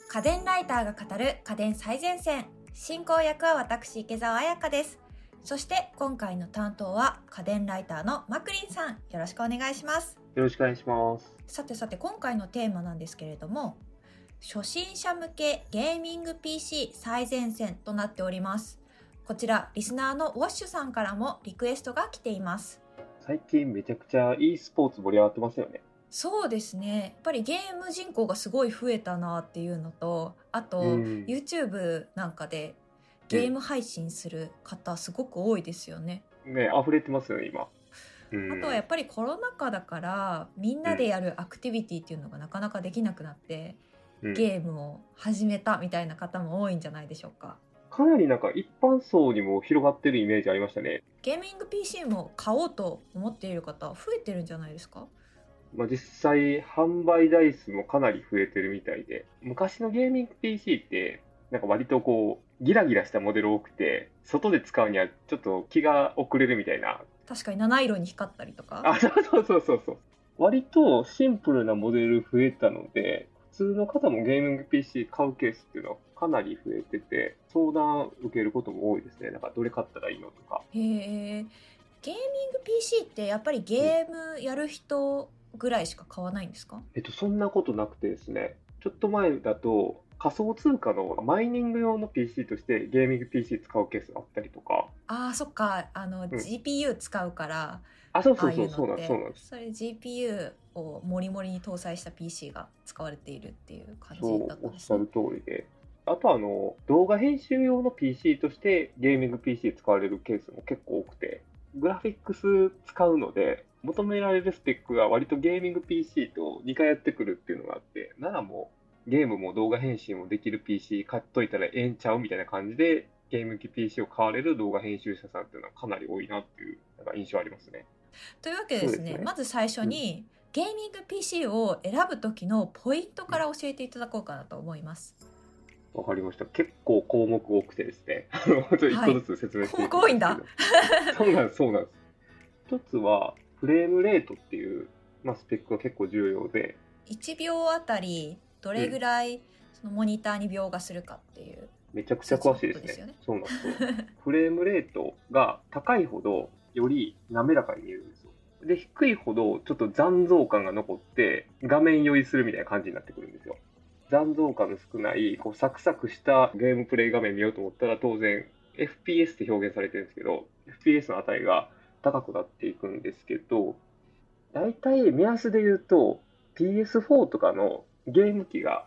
家電ライターが語る家電最前線。進行役は私池澤彩香です。そして今回の担当は家電ライターのマクリンさん、よろしくお願いします。 よろしくお願いします。 さて今回のテーマなんですけれども、初心者向けゲーミング PC 最前線となっております。こちらリスナーのウォッシュさんからもリクエストが来ています。 最近めちゃくちゃ e スポーツ盛り上がってますよね。 そうですね、やっぱりゲーム人口がすごい増えたなっていうのと、あと、YouTube なんかでゲーム配信する方すごく多いですよね。 ね、溢れてますよね今。 あとはやっぱりコロナ禍だからみんなでやるアクティビティっていうのがなかなかできなくなって、ゲームを始めたみたいな方も多いんじゃないでしょうか。 かなり一般層にも広がってるイメージありましたね。 ゲーミング PC も買おうと思っている方増えてるんじゃないですか。 実際販売台数もかなり増えてるみたいで、昔のゲーミング PC って割とギラギラしたモデル多くて、外で使うにはちょっと気が遅れるみたいな。 確かに七色に光ったりとか。 そう。割とシンプルなモデル増えたので、普通の方もゲーミング PC 買うケースっていうのはかなり増えてて、相談受けることも多いですね。どれ買ったらいいのとか。 へえ。ゲーミング PC ってやっぱりゲームやる人ぐらいしか買わないんですか？ そんなことなくてですね、ちょっと前だと仮想通貨のマイニング用の PC としてゲーミング PC 使うケースがあったりとか。 ああ、そっか。GPU 使うから。 そうなんです。 それ GPU をモリモリに搭載した PC が使われているっていう感じだったんですね。 そう、おっしゃる通りで。あと動画編集用の PC としてゲーミング PC 使われるケースも結構多くて、グラフィックス使うので求められるスペックが割とゲーミング PC と似通ってくるっていうのがあって、ならもうゲームも動画編集もできる PC 買っといたらええんちゃうみたいな感じでゲーム機 PC を買われる動画編集者さんっていうのはかなり多いなっていう印象ありますね。 というわけでですね、まず最初に、ゲーミング PC を選ぶ時のポイントから教えていただこうかなと思います。 わかりました。結構項目多くてですね、一個ずつ説明していくんですけど、 多いんだ。 そうなんです。一つはフレームレートっていう、スペックが結構重要で、 1秒あたりどれぐらいそのモニターに描画するかっていう、 めちゃくちゃ詳しいですね。そうなんですよ。フレームレートが高いほどより滑らかに見えるんですよ。で、低いほどちょっと残像感が残って画面酔いするみたいな感じになってくるんですよ。残像感の少ないサクサクしたゲームプレイ画面見ようと思ったら、当然 FPS って表現されてるんですけど、 FPS の値が高くなっていくんですけど、大体目安で言うと PS4 とかのゲーム機が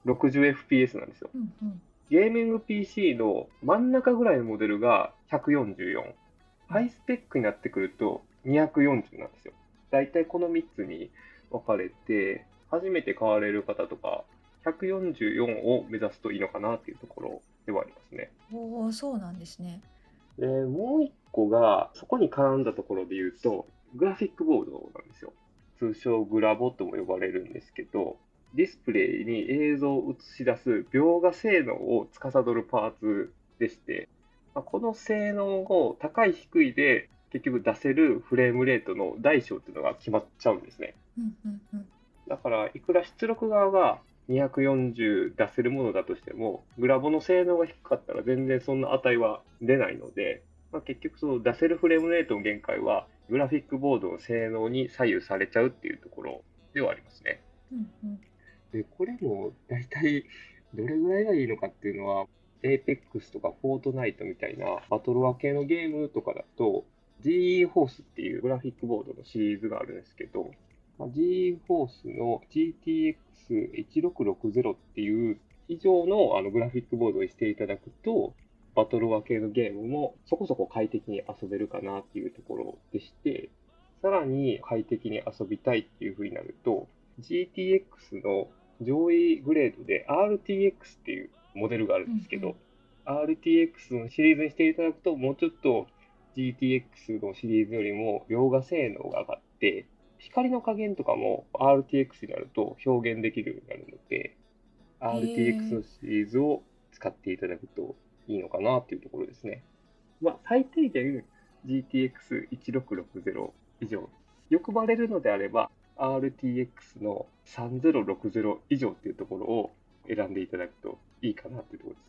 60fps なんですよ。ゲーミング PC の真ん中ぐらいのモデルが144、ハイスペックになってくると240なんですよ。大体この3つに分かれて、初めて買われる方とか144を目指すといいのかなっていうところではありますね。 おー、そうなんですね。 で、もう一個がそこに絡んだところで言うと、グラフィックボードなんですよ。通称グラボとも呼ばれるんですけど、ディスプレイに映像を映し出す描画性能を司るパーツでして、この性能を高い低いで結局出せるフレームレートの大小っていうのが決まっちゃうんですね。だからいくら出力側が240出せるものだとしても、グラボの性能が低かったら全然そんな値は出ないので、結局その出せるフレームレートの限界はグラフィックボードの性能に左右されちゃうっていうところではありますね。で、これも大体どれぐらいがいいのかっていうのは、Apex とか Fortnite みたいなバトロワ系のゲームとかだと GeForce っていうグラフィックボードのシリーズがあるんですけど、GeForce の GTX1660 っていう以上のグラフィックボードにしていただくと、バトルワ系のゲームもそこそこ快適に遊べるかなっていうところでして、さらに快適に遊びたいっていう風になると、GTX の上位グレードで RTX っていうモデルがあるんですけど、RTX のシリーズにしていただくと、もうちょっと GTX のシリーズよりも描画性能が上がって、光の加減とかも RTX になると表現できるようになるので、RTX のシリーズを使っていただくといいのかなっていうところですね。最低限 GTX1660 以上。欲張れるのであれば RTX の3060以上っていうところを選んでいただくといいかなっていうところです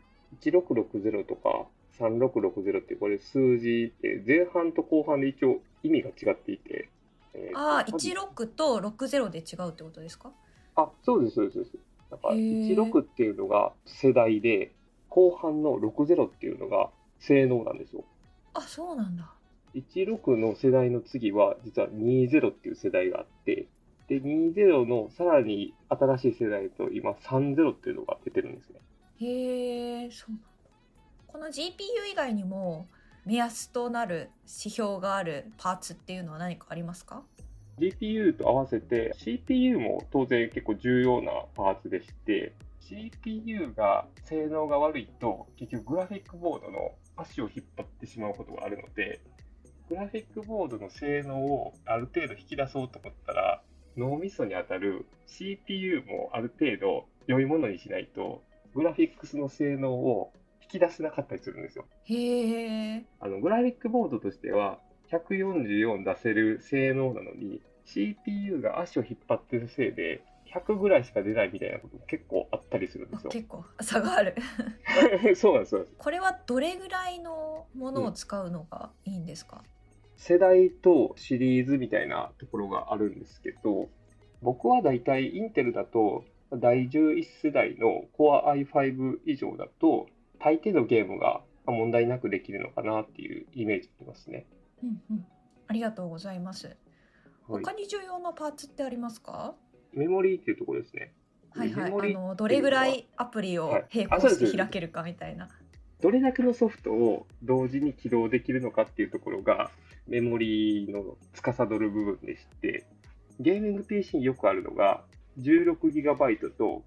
。1660とか3660ってこれ数字って前半と後半で一応意味が違っていて、 ああ、16と60で違うってことですか？ あ、そうです、そうです、そうです。なんか、 へえ。 16っていうのが世代で、後半の60っていうのが性能なんですよ。 あ、そうなんだ。 16の世代の次は、実は20っていう世代があって、で、20のさらに新しい世代と今30っていうのが出てるんですね。 へえ、そうなんだ。この GPU 以外にも目安となる指標があるパーツっていうのは何かありますか？ GPU と合わせて CPU も当然結構重要なパーツでして、CPU が性能が悪いと結局グラフィックボードの足を引っ張ってしまうことがあるので、グラフィックボードの性能をある程度引き出そうと思ったら、脳みそにあたる CPU もある程度良いものにしないと、グラフィックスの性能を引き出せなかったりするんですよ。 へえ。 グラフィックボードとしては、144出せる性能なのに、CPU が足を引っ張ってるせいで、100ぐらいしか出ないみたいなことも結構あったりするんですよ。 結構差がある。 そうなんです、そうなんです。 これはどれぐらいのものを使うのがいいんですか？ 世代とシリーズみたいなところがあるんですけど、僕はだいたいインテルだと、第11世代の Core i5 以上だと、大抵のゲームが問題なくできるのかなっていうイメージありますね。 うんうん。ありがとうございます。 はい、 他に重要なパーツってありますか？ メモリーっていうところですね。 はいはい。 メモリーどれぐらいアプリを並行して開けるかみたいな。 どれだけのソフトを同時に起動できるのかっていうところがメモリーの司る部分でして、ゲーミング PC によくあるのが 16GB と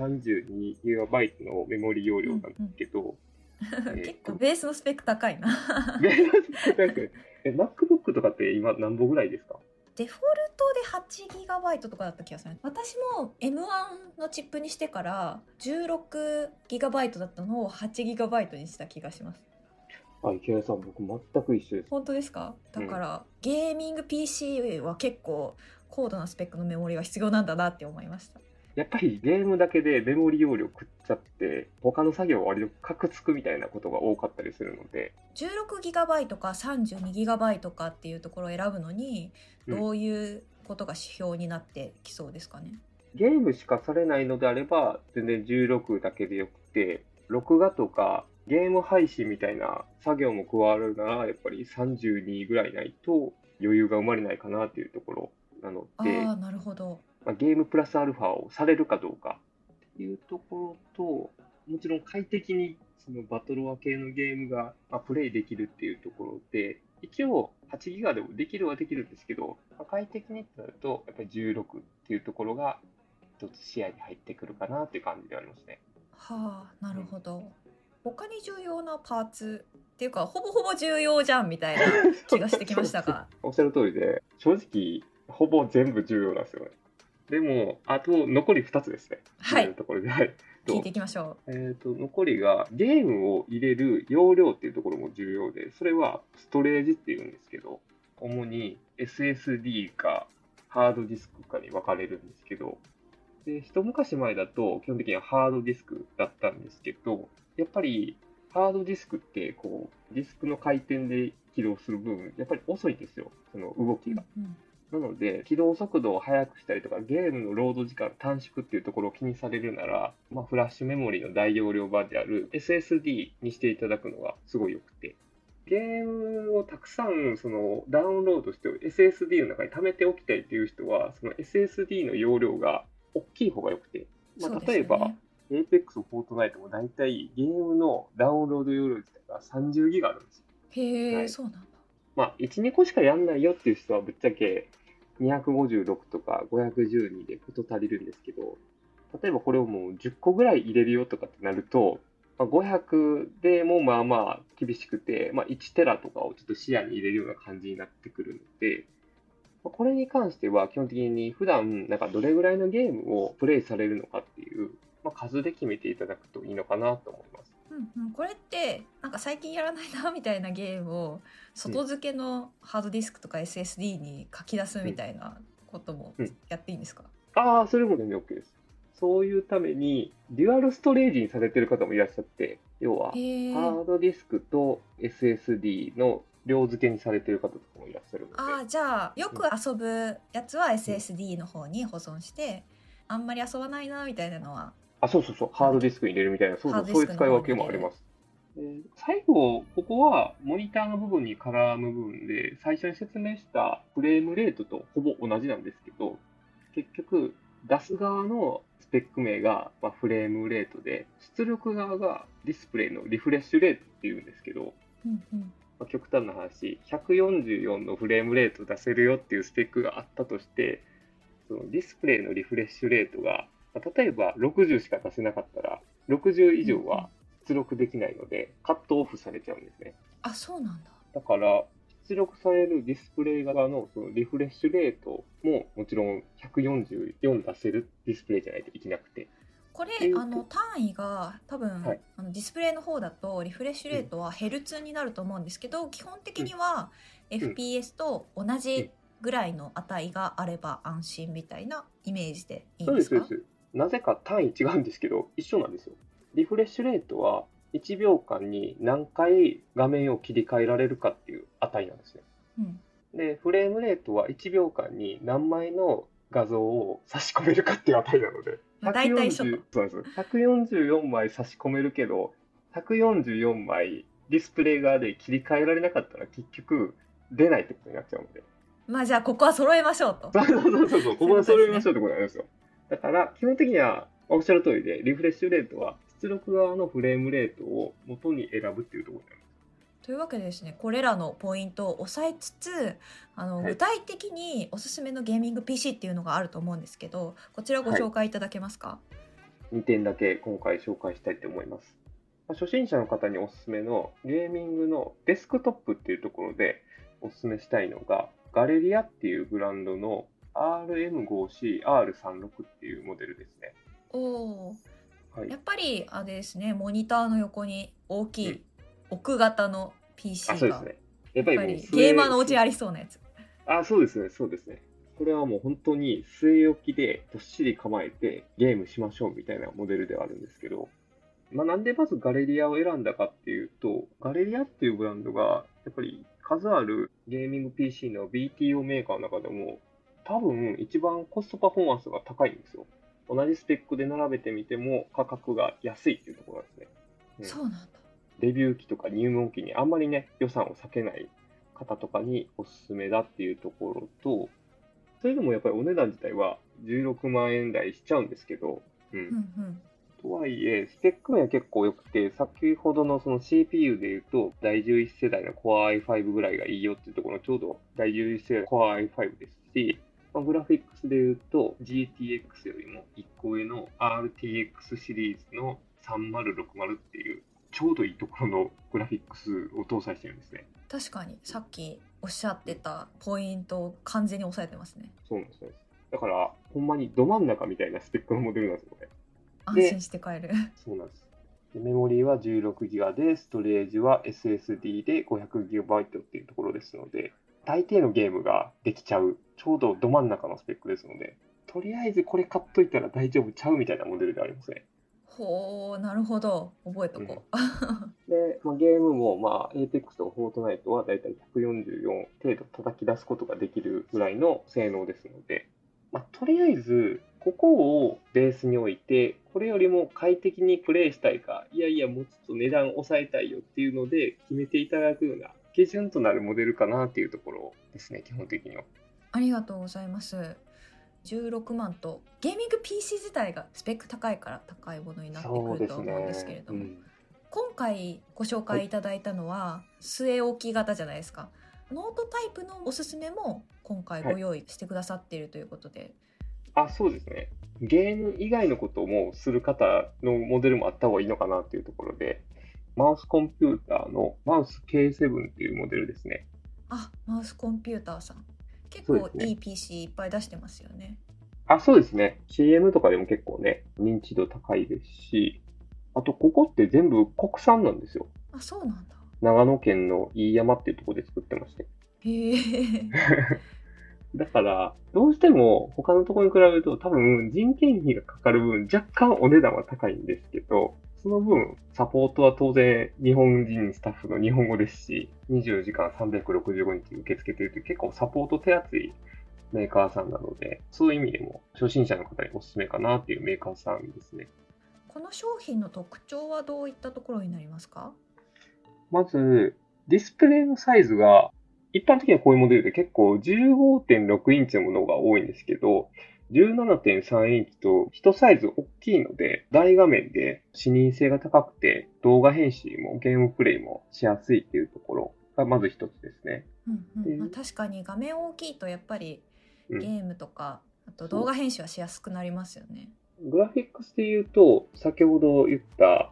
32GB のメモリ容量なんですけど、 結構ベースのスペック高いな。 MacBook とかって今何本ぐらいですか？ デフォルトで 8GB とかだった気がする。私も M1 のチップにしてから 16GB だったのを 8GB にした気がします。 あ、池谷さん、僕全く一緒です。 本当ですか？だから、ゲーミング PC は結構高度なスペックのメモリが必要なんだなって思いました。 やっぱりゲームだけでメモリ容量食っちゃって、他の作業は割とカクつくみたいなことが多かったりするので。 16GB か 32GB かっていうところを選ぶのに、どういうことが指標になってきそうですかね？ ゲームしかされないのであれば、全然16だけでよくて、録画とかゲーム配信みたいな作業も加わるなら、やっぱり32ぐらいないと余裕が生まれないかなっていうところなので、 ああ、なるほど。 ゲームプラスアルファをされるかどうかっていうところと、もちろん快適にそのバトロワ系のゲームがプレイできるっていうところで、一応8ギガでもできるはできるんですけど、快適にってなると、やっぱり16っていうところが一つ視野に入ってくるかなっていう感じでありますね。 はあ、なるほど。他に重要なパーツっていうか、ほぼほぼ重要じゃんみたいな気がしてきましたが。 おっしゃる通りで、正直ほぼ全部重要なんですよね。でも、あと残り2つですね。 はい。 ところで聞いていきましょう。残りがゲームを入れる容量っていうところも重要で、それはストレージっていうんですけど、主に SSD かハードディスクかに分かれるんですけど、で、一昔前だと基本的にはハードディスクだったんですけど、やっぱりハードディスクってこうディスクの回転で起動する部分、やっぱり遅いんですよ、その動きが。なので、起動速度を速くしたりとか、ゲームのロード時間短縮っていうところを気にされるなら、フラッシュメモリの大容量版である SSD にしていただくのがすごい良くて、ゲームをたくさんそのダウンロードして SSD の中に貯めておきたいっていう人は、その SSD の容量が大きい方が良くて、例えば、Apex、Fortnite も大体ゲームのダウンロード容量自体が30ギガあるんですよ。 へえ、そうなんだ。 1、2個しかやんないよっていう人はぶっちゃけ256とか512でこと足りるんですけど、例えばこれをもう10個ぐらい入れるよとかってなると、500でもまあまあ厳しくて、1テラとかをちょっと視野に入れるような感じになってくるので、これに関しては基本的に普段なんかどれぐらいのゲームをプレイされるのかっていう、数で決めていただくといいのかなと思います。 これってなんか最近やらないなみたいなゲームを外付けのハードディスクとか SSD に書き出すみたいなこともやっていいんですか？ ああ、それも全然 OK です。 そういうためにデュアルストレージにされてる方もいらっしゃって、要はハードディスクと SSD の両付けにされてる方とかもいらっしゃるので。 じゃあよく遊ぶやつは SSD の方に保存して、あんまり遊ばないなみたいなのは、 そうそうそう、ハードディスクに入れるみたいな、そういう使い分けもあります。最後、ここはモニターの部分に絡む部分で、最初に説明したフレームレートとほぼ同じなんですけど、結局、出す側のスペック名がフレームレートで、出力側がディスプレイのリフレッシュレートっていうんですけど、極端な話、144のフレームレート出せるよっていうスペックがあったとして、そのディスプレイのリフレッシュレートが、例えば60しか出せなかったら、60以上は出力できないので、カットオフされちゃうんですね。 そうなんだ。 だから、出力されるディスプレイ側のそのリフレッシュレートももちろん144出せるディスプレイじゃないといけなくて。 これ単位が多分、ディスプレイの方だとリフレッシュレートはヘルツになると思うんですけど、基本的には FPS と同じぐらいの値があれば安心みたいなイメージでいいですか？ そうです。なぜか単位違うんですけど、一緒なんですよ。リフレッシュレートは1秒間に何回画面を切り替えられるかっていう値なんですね。で、フレームレートは1秒間に何枚の画像を差し込めるかっていう値なので、 大体一緒。 そうなんです。144枚差し込めるけど、144枚ディスプレイ側で切り替えられなかったら結局出ないってことになっちゃうので。 じゃあここは揃えましょうと。 そう、ここは揃えましょうってことなんですよ。だから基本的にはおっしゃる通りで、リフレッシュレートは出力側のフレームレートを元に選ぶっていうところになります。 というわけでですね、これらのポイントを押さえつつ、具体的におすすめのゲーミング PC っていうのがあると思うんですけど、こちらご紹介いただけますか ？2点だけ今回紹介したいと思います。初心者の方におすすめのゲーミングのデスクトップっていうところでおすすめしたいのが、ガレリアっていうブランドの RM5CR36 っていうモデルですね。 やっぱりですね、モニターの横に大きい奥型の PC が、 そうですね。やっぱりゲーマーのお家にありそうなやつ。 そうですね。これはもう本当に据え置きでどっしり構えてゲームしましょうみたいなモデルではあるんですけど、なんでまずガレリアを選んだかっていうと、ガレリアっていうブランドがやっぱり数あるゲーミング PC の BTO メーカーの中でも多分一番コストパフォーマンスが高いんですよ。同じスペックで並べてみても価格が安いっていうところですね。 そうなんだ。 デビュー機とか入門機にあんまりね、予算を避けない方とかにおすすめだっていうところと、それでもやっぱりお値段自体は16万円台しちゃうんですけど、とはいえ、スペック面は結構良くて、先ほどのその CPU で言うと、第11世代の Core i5 ぐらいがいいよっていうところのちょうど第11世代の Core i5 ですし、グラフィックスで言うと GTX よりも1個上の RTX シリーズの3060っていうちょうどいいところのグラフィックスを搭載してるんですね。 確かにさっきおっしゃってたポイントを完全に抑えてますね。 そうなんです。だからほんまにど真ん中みたいなスペックのモデルなんですよね。 安心して買える。 そうなんです。でメモリーは 16GB で、ストレージは SSD で 500GB っていうところですので、大抵のゲームができちゃう、ちょうどど真ん中のスペックですので、とりあえずこれ買っといたら大丈夫ちゃうみたいなモデルでありますね。 なるほど。覚えとこう。 で、ゲームも、Apex とフォートナイトはだいたい144程度叩き出すことができるぐらいの性能ですので、とりあえず、ここをベースに置いて、これよりも快適にプレイしたいか、いやいや、もうちょっと値段抑えたいよっていうので決めていただくような基準となるモデルかなっていうところですね、基本的には。 ありがとうございます。16万とゲーミング PC 自体がスペック高いから高いものになってくると思うんですけれども、今回ご紹介いただいたのは据え置き型じゃないですか。ノートタイプのおすすめも今回ご用意してくださっているということで、 そうですね。ゲーム以外のこともする方のモデルもあった方がいいのかなというところで、マウスコンピューターのマウス K7 っていうモデルですね。 マウスコンピューターさん結構いい PC いっぱい出してますよね。 そうですね。CM とかでも結構ね、認知度高いですし、あとここって全部国産なんですよ。 そうなんだ。 長野県の飯山っていうところで作ってまして。 へえ。 だから、どうしても他のところに比べると多分人件費がかかる分若干お値段は高いんですけど、その分サポートは当然日本人スタッフの日本語ですし、24時間365日受け付けているという結構サポート手厚いメーカーさんなので、そういう意味でも初心者の方におすすめかなっていうメーカーさんですね。 この商品の特徴はどういったところになりますか？ まず、ディスプレイのサイズが、一般的にはこういうモデルで結構 15.6 インチのものが多いんですけど、17.3 インチと一サイズ大きいので、大画面で視認性が高くて、動画編集もゲームプレイもしやすいっていうところがまず一つですね。 確かに画面大きいとやっぱりうんゲームとか、あと動画編集はしやすくなりますよね。 グラフィックスで言うと、先ほど言った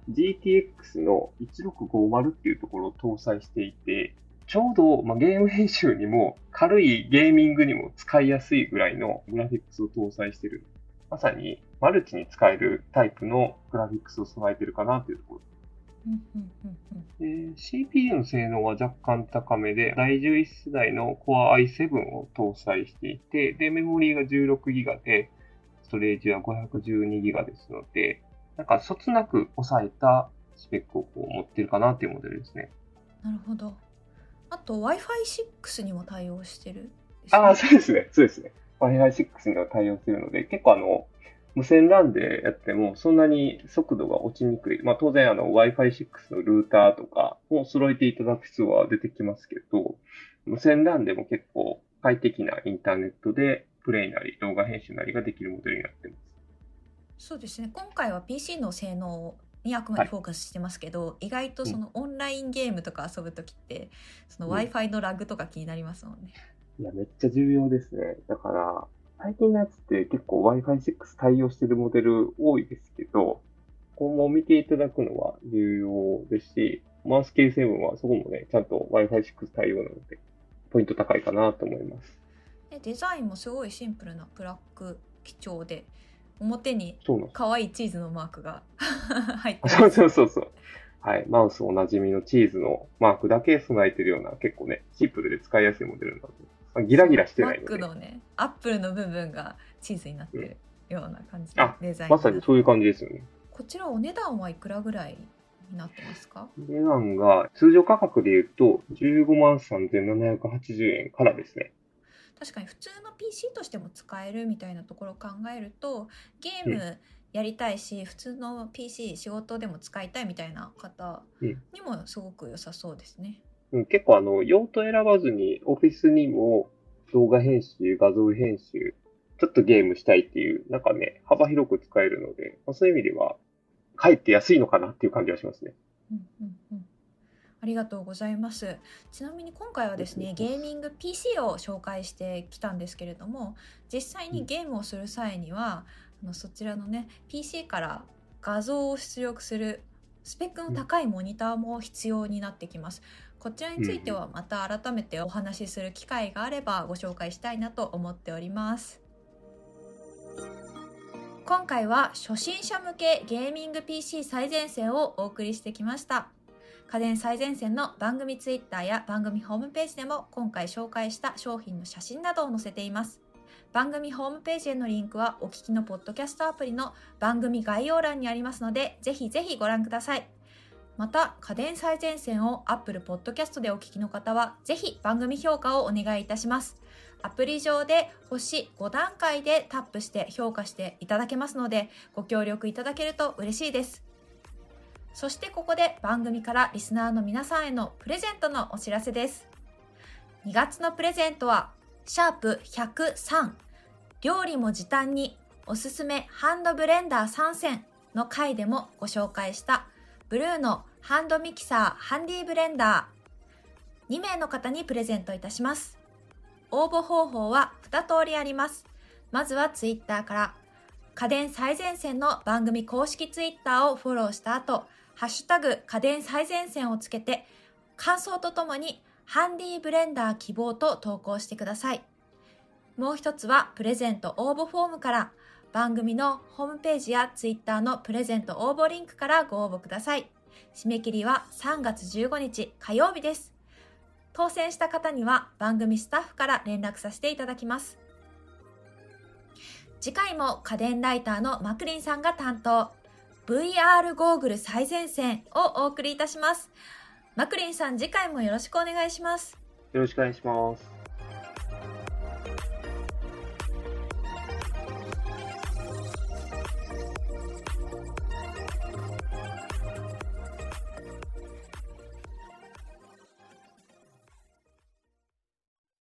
GTX の1650っていうところを搭載していて、ちょうど、ゲーム編集にも軽いゲーミングにも使いやすいぐらいのグラフィックスを搭載している。まさにマルチに使えるタイプのグラフィックスを備えているかなというところ。CPU の性能は若干高めで、第11世代の Core i7 を搭載していて、で、メモリーが 16GB で、ストレージは 512GB ですので、なんかそつなく抑えたスペックを持ってるかなっていうモデルですね。 なるほど。あと Wi-Fi 6にも対応してるですね。 ああ、そうですね。そうですね。Wi-Fi 6には対応するので、結構無線 LAN でやってもそんなに速度が落ちにくい。当然Wi-Fi 6のルーターとかを揃えていただく必要は出てきますけど、無線 LAN でも結構快適なインターネットでプレイなり動画編集なりができるモデルになっています。 そうですね。今回は PC の性能にあくまでフォーカスしてますけど、意外とそのオンラインゲームとか遊ぶときって、その Wi-Fi のラグとか気になりますもんね。 いや、めっちゃ重要ですね。だから、最近のやつって結構 Wi-Fi 6対応してるモデル多いですけど、今後見ていただくのは重要ですし、マウス K7 はそこもね、ちゃんと Wi-Fi 6対応なので、ポイント高いかなと思います。 でデザインもすごいシンプルなブラック基調で、表に可愛いチーズのマークが入ってます。 そう。はい。マウスおなじみのチーズのマークだけ備えてるような、結構ね、シンプルで使いやすいモデルなので、ギラギラしてないので。 マックのね、アップルの部分がチーズになってるような感じのデザイン、 まさにそういう感じですよね。 こちらお値段はいくらぐらいになってますか？ 値段が通常価格で言うと153,780円からですね。 確かに普通の PC としても使えるみたいなところを考えると、ゲームやりたいし、普通の PC 仕事でも使いたいみたいな方にもすごく良さそうですね。 結構用途選ばずにオフィスにも動画編集、画像編集、ちょっとゲームしたいっていう、なんかね、幅広く使えるので、そういう意味では、かえって安いのかなっていう感じはしますね。 ありがとうございます。ちなみに今回はですね、ゲーミング PC を紹介してきたんですけれども、実際にゲームをする際には、そちらのね PC から画像を出力するスペックの高いモニターも必要になってきます。こちらについてはまた改めてお話しする機会があればご紹介したいなと思っております。今回は初心者向けゲーミング PC 最前線をお送りしてきました。家電最前線の番組ツイッターや番組ホームページでも今回紹介した商品の写真などを載せています。番組ホームページへのリンクはお聞きのポッドキャストアプリの番組概要欄にありますので、ぜひぜひご覧ください。また、家電最前線を Apple Podcast でお聞きの方は、ぜひ番組評価をお願いいたします。アプリ上で星5段階でタップして評価していただけますので、ご協力いただけると嬉しいです。そしてここで番組からリスナーの皆さんへのプレゼントのお知らせです。2月のプレゼントは、#103 料理も時短におすすめハンドブレンダー3選の回でもご紹介したブルーのハンドミキサーハンディブレンダー2名の方にプレゼントいたします。応募方法は2通りあります。まずはツイッターから家電最前線の番組公式ツイッターをフォローした後、ハッシュタグ家電最前線をつけて感想とともにハンディブレンダー希望と投稿してください。もう一つはプレゼント応募フォームから番組のホームページやツイッターのプレゼント応募リンクからご応募ください。締め切りは3月15日火曜日です。 当選した方には番組スタッフから連絡させていただきます。次回も家電ライターのマクリンさんが担当、VR ゴーグル最前線をお送りいたします。マクリンさん、次回もよろしくお願いします。 よろしくお願いします。